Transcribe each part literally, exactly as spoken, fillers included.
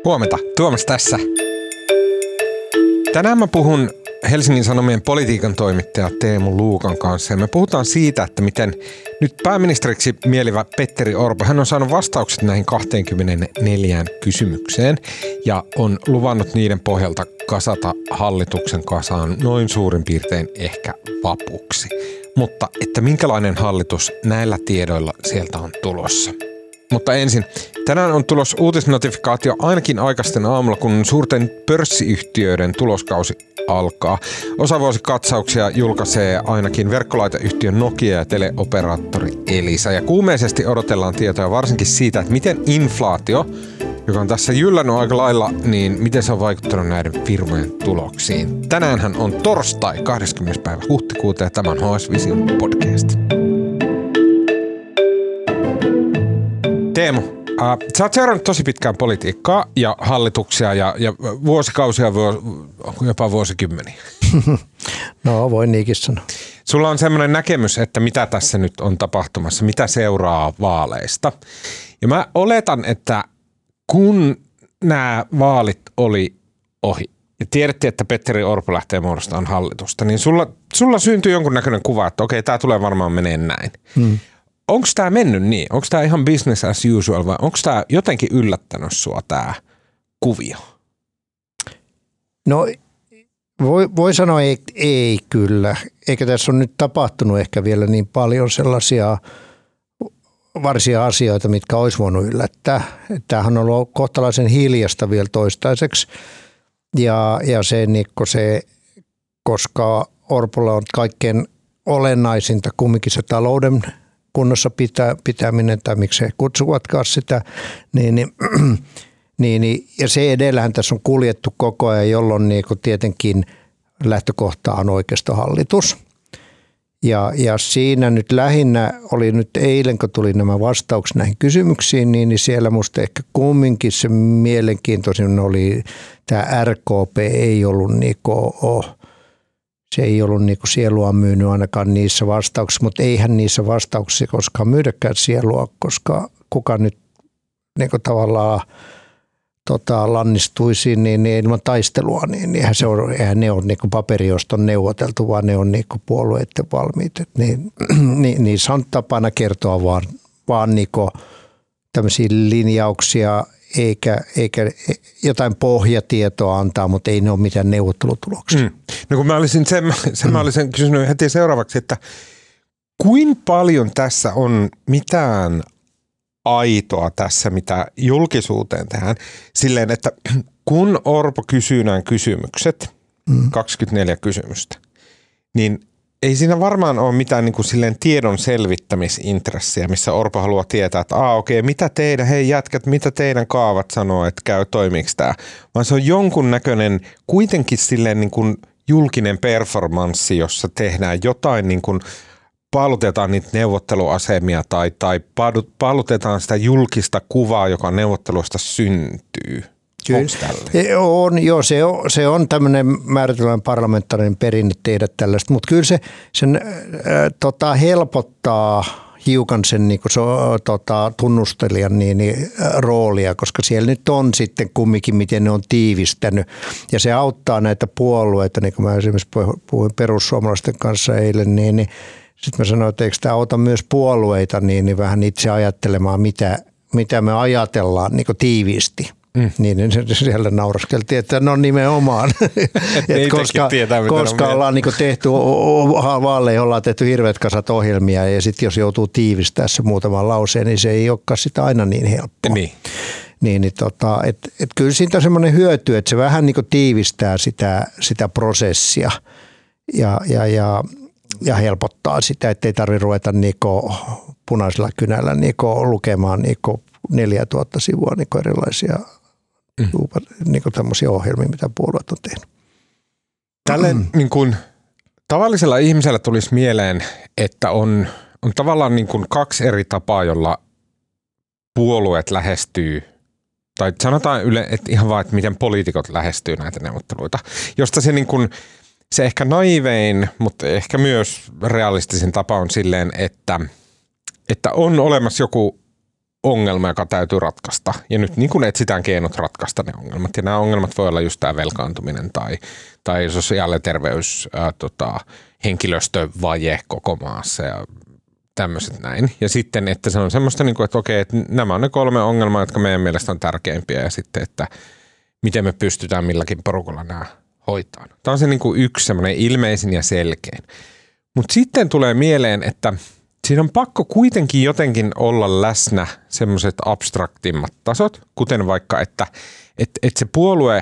Huomenta, Tuomas tässä. Tänään mä puhun Helsingin Sanomien politiikan toimittaja Teemu Luukan kanssa ja me puhutaan siitä, että miten nyt pääministeriksi mielivä Petteri Orpo, hän on saanut vastaukset näihin kaksikymmentäneljä kysymykseen ja on luvannut niiden pohjalta kasata hallituksen kasaan noin suurin piirtein ehkä vapuksi. Mutta että minkälainen hallitus näillä tiedoilla sieltä on tulossa. Mutta ensin, tänään on tulossa uutisnotifikaatio ainakin aikaisten aamulla, kun suurten pörssiyhtiöiden tuloskausi alkaa. Osavuosikatsauksia julkaisee ainakin verkkolaiteyhtiön Nokia ja teleoperaattori Elisa. Ja kuumeisesti odotellaan tietoja varsinkin siitä, että miten inflaatio, joka on tässä jyllännyt aika lailla, niin miten se on vaikuttanut näiden firmojen tuloksiin. Tänäänhän on torstai kahdeskymmenes päivä huhtikuuta ja tämä on H S Vision podcast. Teemu, äh, sä oot seurannut tosi pitkään politiikkaa ja hallituksia ja, ja vuosikausia, vuos, jopa vuosikymmeniä. No, voi niinkin sanoa. Sulla on semmoinen näkemys, että mitä tässä nyt on tapahtumassa, mitä seuraa vaaleista. Ja mä oletan, että kun nämä vaalit oli ohi ja tiedettiin, että Petteri Orpo lähtee muodostamaan hallitusta, niin sulla, sulla syntyi jonkunnäköinen kuva, että okei, tämä tulee varmaan menee näin. Hmm. Onko tämä mennyt niin? Onko tämä ihan business as usual vai onko tämä jotenkin yllättänyt sua tämä kuvio? No voi, voi sanoa ei, ei kyllä. Eikä tässä ole nyt tapahtunut ehkä vielä niin paljon sellaisia varsia asioita, mitkä olisi voinut yllättää. Tämähän on ollut kohtalaisen hiljasta vielä toistaiseksi. Ja, ja se, Nikko, se, koska Orpolla on kaikkein olennaisinta kumminkin se talouden kunnossa pitää, pitäminen tai miksi he kutsuvatkaan sitä, niin, niin, niin, niin, ja se edellähän tässä on kuljettu koko ajan, jolloin niin tietenkin lähtökohta on oikeistohallitus. Ja, ja siinä nyt lähinnä oli nyt eilen, kun tuli nämä vastaukset näihin kysymyksiin, niin, niin siellä musta ehkä kumminkin se mielenkiintoisin oli, tämä R K P ei ollut niin kuin, oh, se ei ollut niin kuin sielua myynyt ainakaan niissä vastauksissa, mutta eihän niissä vastauksissa koskaan myydäkään sielua, koska kuka nyt niin kuin tavallaan tota, lannistuisi niin, niin ilman taistelua, niin eihän, se on, eihän ne ole niin kuin paperi, josta on neuvoteltu, vaan ne on niin kuin puolueiden valmiit. Et niin, niin, niissä on tapana kertoa vaan, vaan niin kuin tämmöisiä linjauksia, Eikä, eikä jotain pohjatietoa antaa, mutta ei ne ole mitään neuvottelutuloksia. Mm. No kun mä olisin sen, sen, mm. mä olisin kysynyt heti seuraavaksi, että kuinka paljon tässä on mitään aitoa tässä, mitä julkisuuteen tehdään, silleen, että kun Orpo kysyy nämä kysymykset, mm. kaksikymmentäneljä kysymystä, niin ei siinä varmaan ole mitään niin kuin silleen tiedon selvittämisintressiä, missä Orpo haluaa tietää, että aa okei, mitä teidän, hei jätkät, mitä teidän kaavat sanoo, että käy, toimiiko tämä? Vaan se on jonkun näköinen kuitenkin silleen niin kuin julkinen performanssi, jossa tehdään jotain niin kuin paalutetaan niitä neuvotteluasemia tai, tai paalutetaan sitä julkista kuvaa, joka neuvotteluista syntyy. Kyllä. On, joo, se on, se on tämmöinen määrätynlainen parlamentaarinen perinne tehdä tällaista, mutta kyllä se sen, äh, tota, helpottaa hiukan sen niin kuin, so, tota, tunnustelijan niin, niin, äh, roolia, koska siellä nyt on sitten kumminkin, miten ne on tiivistänyt. Ja se auttaa näitä puolueita, niin kuin mä esimerkiksi puhuin perussuomalaisten kanssa eilen, niin, niin sitten mä sanoin, että eikö tämä auta myös puolueita niin, niin vähän itse ajattelemaan, mitä, mitä me ajatellaan niin kuin tiiviisti. Mm. Niin siellä nauraskeltiin, että no nimenomaan, et koska, tietää, koska ollaan niin tehty, vaaleihin ollaan tehty hirveät kasat ohjelmia ja sitten jos joutuu tiivistämään se muutaman lauseen, niin se ei olekaan sitä aina niin helppoa. Niin. Niin, niin tota, et, et kyllä siitä on semmoinen hyöty, että se vähän niin tiivistää sitä, sitä prosessia ja, ja, ja, ja helpottaa sitä, ettei tarvitse ruveta niin punaisella kynällä niin lukemaan niin neljätuhatta sivua niin erilaisia mm. niin tämmöisiä ohjelmia, mitä puolueet on tehnyt. Tälle mm. niin kuin, tavallisella ihmisellä tulisi mieleen, että on, on tavallaan niin kuin kaksi eri tapaa, jolla puolueet lähestyy, tai sanotaan yle, että ihan vaan, että miten poliitikot lähestyy näitä neuvotteluita, josta se, niin kuin, se ehkä naivein, mutta ehkä myös realistisin tapa on silleen, että, että on olemassa joku ongelma, joka täytyy ratkaista. Ja nyt niin kuin etsitään keinot ratkaista ne ongelmat. Ja nämä ongelmat voi olla just tämä velkaantuminen tai, tai sosiaali- ja terveys, ää, tota, henkilöstövaje koko maassa ja tämmöiset näin. Ja sitten, että se on semmoista, niin kuin, että okei, että nämä on ne kolme ongelmaa, jotka meidän mielestä on tärkeimpiä. Ja sitten, että miten me pystytään milläkin porukalla nämä hoitaa. Tämä on se niin kuin yksi semmoinen ilmeisin ja selkein. Mutta sitten tulee mieleen, että siinä on pakko kuitenkin jotenkin olla läsnä semmoiset abstraktimmat tasot, kuten vaikka, että et, et se, puolue,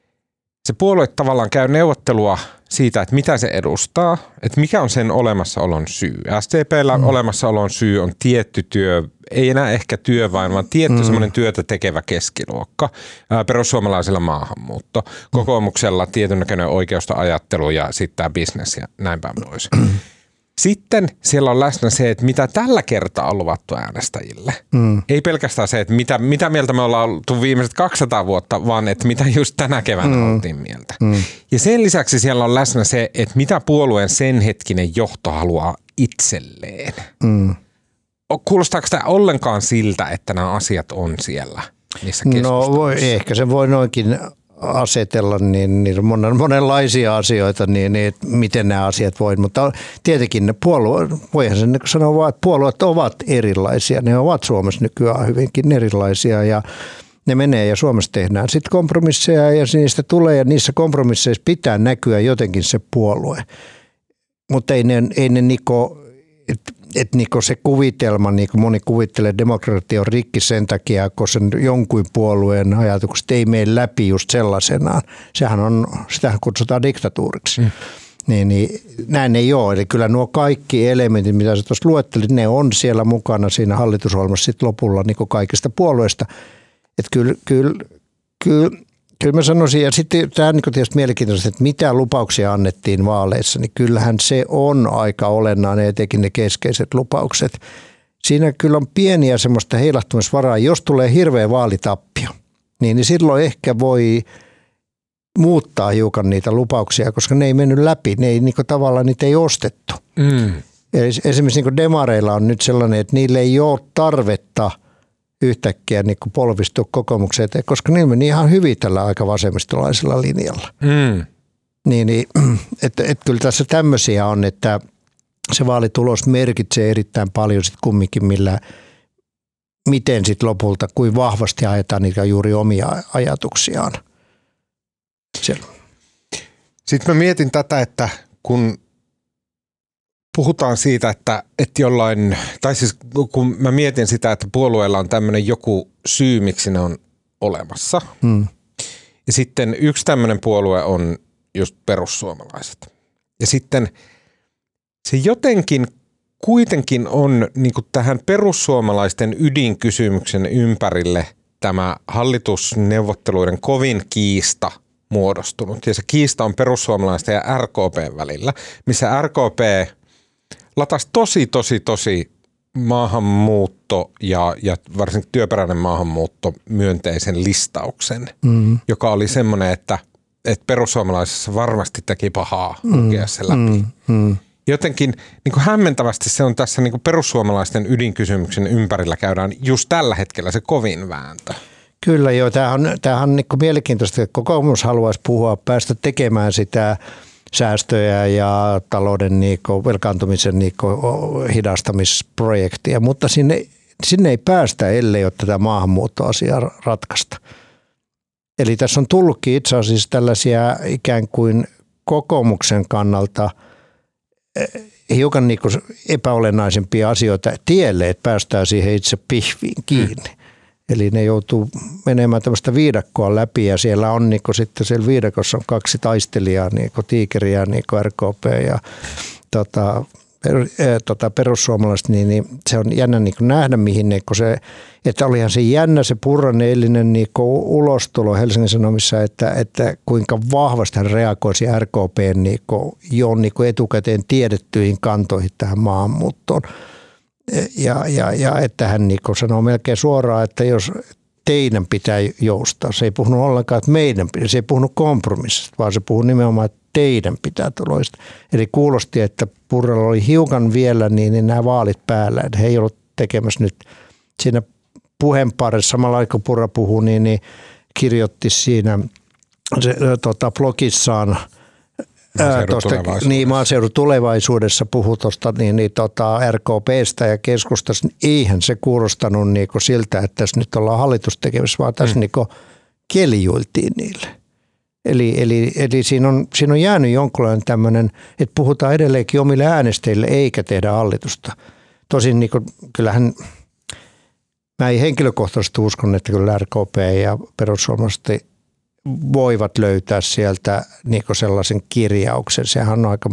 se puolue tavallaan käy neuvottelua siitä, että mitä se edustaa, että mikä on sen olemassaolon syy. S D P:llä mm. olemassaolon syy on tietty työ, ei enää ehkä työ vain, vaan tietty mm. semmoinen työtä tekevä keskiluokka. Perussuomalaisilla maahanmuutto, kokoomuksella tietyn näköinen oikeusta ajattelu ja sitten tämä business ja näin päin pois. Sitten siellä on läsnä se, että mitä tällä kertaa on luvattu äänestäjille. Mm. Ei pelkästään se, että mitä, mitä mieltä me ollaan oltu viimeiset kaksisataa vuotta, vaan että mitä just tänä keväänä mm. oltiin mieltä. Mm. Ja sen lisäksi siellä on läsnä se, että mitä puolueen sen hetkinen johto haluaa itselleen. Mm. Kuulostaako tämä ollenkaan siltä, että nämä asiat on siellä niissä keskusteluissa? No voi, ehkä se voi noinkin asetella niin, niin monen, monenlaisia asioita, niin, niin että miten nämä asiat voi. Mutta tietenkin ne puolueet, voihan sen sanoa vaan, että puolueet ovat erilaisia. Ne ovat Suomessa nykyään hyvinkin erilaisia ja ne menee ja Suomessa tehdään sitten kompromisseja ja niistä tulee ja niissä kompromisseissa pitää näkyä jotenkin se puolue. Mutta ei ne, ei ne Niko, että et niinku se kuvitelma, niin kuin moni kuvittelee, demokratia on rikki sen takia, koska jonkun puolueen ajatukset ei mene läpi just sellaisenaan. Sehän on, sitähän kutsutaan diktatuuriksi. Mm. Niin, niin, näin ei ole. Eli kyllä nuo kaikki elementit, mitä sä tuossa luettelit, ne on siellä mukana siinä hallitusohjelmassa sit lopulla niin kuin kaikista puolueista. Että kyllä, kyllä, kyllä, kyllä mä sanoisin, ja sitten tämä on niin tietysti mielenkiintoista, että mitä lupauksia annettiin vaaleissa, niin kyllähän se on aika olennainen, etenkin ne keskeiset lupaukset. Siinä kyllä on pieniä semmoista heilahtumisvaraa. Jos tulee hirveä vaalitappio, niin, niin silloin ehkä voi muuttaa hiukan niitä lupauksia, koska ne ei mennyt läpi, ne ei niin kuin, tavallaan niitä ei ostettu. Mm. Eli esimerkiksi niin kuin demareilla on nyt sellainen, että niille ei ole tarvetta yhtäkkiä niin kuin polvistua kokoomukseen, koska niillä meni ihan hyvin tällä aika vasemmistolaisella linjalla. Mm. Niin, niin että et kyllä tässä tämmöisiä on, että se vaalitulos merkitsee erittäin paljon sitten kumminkin, millä, miten sitten lopulta, kuin vahvasti ajetaan niitä juuri omia ajatuksiaan. Siellä. Sitten mä mietin tätä, että kun puhutaan siitä, että, että jollain, tai siis kun mä mietin sitä, että puolueella on tämmöinen joku syy, miksi ne on olemassa. Hmm. Ja sitten yksi tämmöinen puolue on just perussuomalaiset. Ja sitten se jotenkin kuitenkin on niin kuin tähän perussuomalaisten ydinkysymyksen ympärille tämä hallitusneuvotteluiden kovin kiista muodostunut. Ja se kiista on perussuomalaisten ja R K P:n välillä, missä R K P latasi tosi, tosi, tosi maahanmuutto ja, ja varsinkin työperäinen maahanmuutto myönteisen listauksen, mm. joka oli semmoinen, että, että perussuomalaisissa varmasti teki pahaa lukea se läpi. Mm. Mm. Jotenkin niin kuin hämmentävästi se on tässä niin kuin perussuomalaisten ydinkysymyksen ympärillä käydään just tällä hetkellä se kovin vääntö. Kyllä joo, tämähän on, tämähän on niin kuin mielenkiintoista, että kokoomus haluaisi puhua, päästä tekemään sitä säästöjä ja talouden niin kuin, velkaantumisen niin kuin, hidastamisprojektia, mutta sinne, sinne ei päästä, ellei ole tätä maahanmuuttoasiaa ratkaista. Eli tässä on tullutkin itse asiassa tällaisia ikään kuin kokoomuksen kannalta hiukan niin kuin epäolennaisempia asioita tielle, että päästään siihen itse pihviin kiinni. Mm. Eli ne joutuu menemään tämmöistä viidakkoa läpi ja siellä on niin sitten siellä viidakossa on kaksi taistelijaa, niin tiikeriä, niin R K P ja tota, per, äh, tota, perussuomalaiset, niin, niin se on jännä niin nähdä mihin ne, se, että olihan se jännä se Purran eilinen niin ulostulo Helsingin Sanomissa, että, että kuinka vahvasti hän reagoisi R K P:n niin jo niin etukäteen tiedettyihin kantoihin tähän maahanmuuttoon. Ja, ja, ja että hän niin sanoo melkein suoraan, että jos teidän pitää joustaa, se ei puhunut ollenkaan, että meidän pitää, se ei puhunut kompromissista, vaan se puhui nimenomaan, että teidän pitää tuloista. Eli kuulosti, että Purralla oli hiukan vielä niin, niin nämä vaalit päällä, että he ei ollut tekemässä nyt siinä puheenparissa, samalla kun Purra puhuu, niin, niin kirjoitti siinä se, tota, blogissaan Maaseudun tosta, tulevaisuudessa. Niin, maaseudun tulevaisuudessa puhui tuosta niin, niin, tota, R K P:stä ja keskustasta, niin eihän se kuulostanut niin kuin siltä, että tässä nyt ollaan hallitus tekemässä, vaan tässä mm. niin kuin keljuiltiin niille. Eli, eli, eli siinä, on, siinä on jäänyt jonkunlainen tämmöinen, että puhutaan edelleenkin omille äänestäjille eikä tehdä hallitusta. Tosin niin kuin, kyllähän mä ei henkilökohtaisesti uskon, että kyllä R K P ja perussuomalaiset voivat löytää sieltä niin kuin sellaisen kirjauksen. Sehän on aika,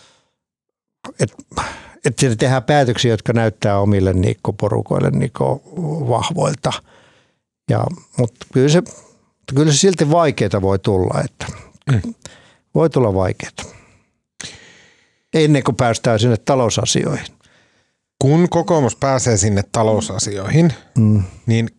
että et siinä tehdään päätöksiä, jotka näyttää omille niin kuin porukoille niin kuin vahvoilta. Ja, mutta kyllä se, kyllä se silti vaikeaa voi tulla, että mm. voi tulla vaikeaa. Ennen kuin päästään sinne talousasioihin. Kun kokoomus pääsee sinne talousasioihin, mm. niin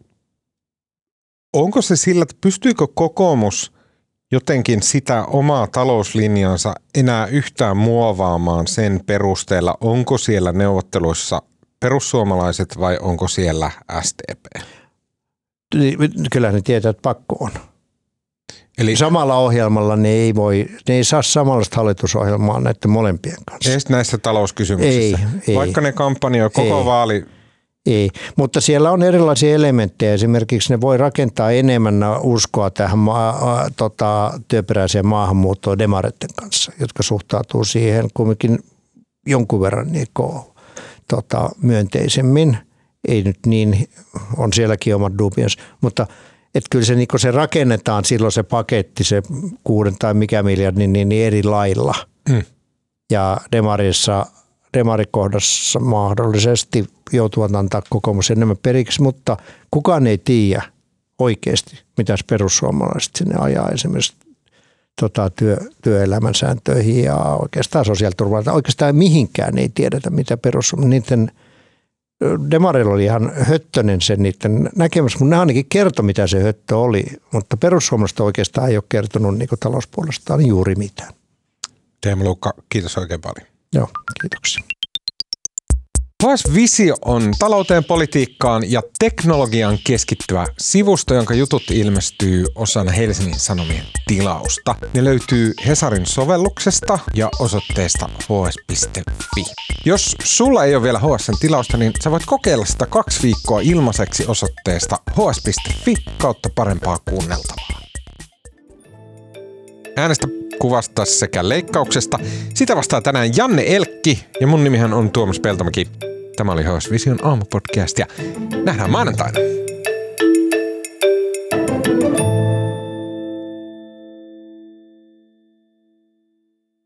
onko se sillä, että pystyykö kokoomus jotenkin sitä omaa talouslinjansa enää yhtään muovaamaan sen perusteella, onko siellä neuvotteluissa perussuomalaiset vai onko siellä S D P? Kyllä ne tietää, että pakko on. Eli samalla ohjelmalla ne ei voi, ne ei saa samanlaista hallitusohjelmaa näiden molempien kanssa. Ei näissä talouskysymyksissä, ei, vaikka ei, ne kampanjoi koko ei, vaali. Ei, mutta siellä on erilaisia elementtejä. Esimerkiksi ne voi rakentaa enemmän uskoa tähän maa, tota, työperäiseen maahanmuuttoon demareiden kanssa, jotka suhtautuu siihen kuitenkin jonkun verran niin kuin, tota, myönteisemmin. Ei nyt niin, on sielläkin omat dubios, mutta että kyllä se, niin se rakennetaan silloin se paketti, se kuuden tai mikä miljardin, niin, niin eri lailla. Mm. Ja demarissa, demarikohdassa mahdollisesti joutuvat antaa kokoomus enemmän periksi, mutta kukaan ei tiedä oikeasti, mitä perussuomalaiset sinne ajaa esimerkiksi tota, työ, työelämän sääntöihin ja oikeastaan sosiaaliturvalta. Oikeastaan mihinkään ei tiedetä, mitä perussuomalaiset, niiden demarilla oli ihan höttönen sen niiden näkemys, mutta ne ainakin kertoi, mitä se höttö oli, mutta perussuomalaiset oikeastaan ei ole kertonut niin kuin talouspuolestaan juuri mitään. Teemu Luukka, kiitos oikein paljon. Joo, kiitoksia. H S Visio on talouteen, politiikkaan ja teknologiaan keskittyvä sivusto, jonka jutut ilmestyy osana Helsingin Sanomien tilausta. Ne löytyy Hesarin sovelluksesta ja osoitteesta h s piste f i. Jos sulla ei ole vielä H S:n tilausta, niin sä voit kokeilla sitä kaksi viikkoa ilmaiseksi osoitteesta h s piste f i kautta parempaa kuunneltavaa. Äänestä, kuvasta sekä leikkauksesta. Sitä vastaa tänään Janne Elkki ja mun nimihän on Tuomas Peltomäki. Tämä oli H S Vision aamupodcast ja nähdään maanantaina.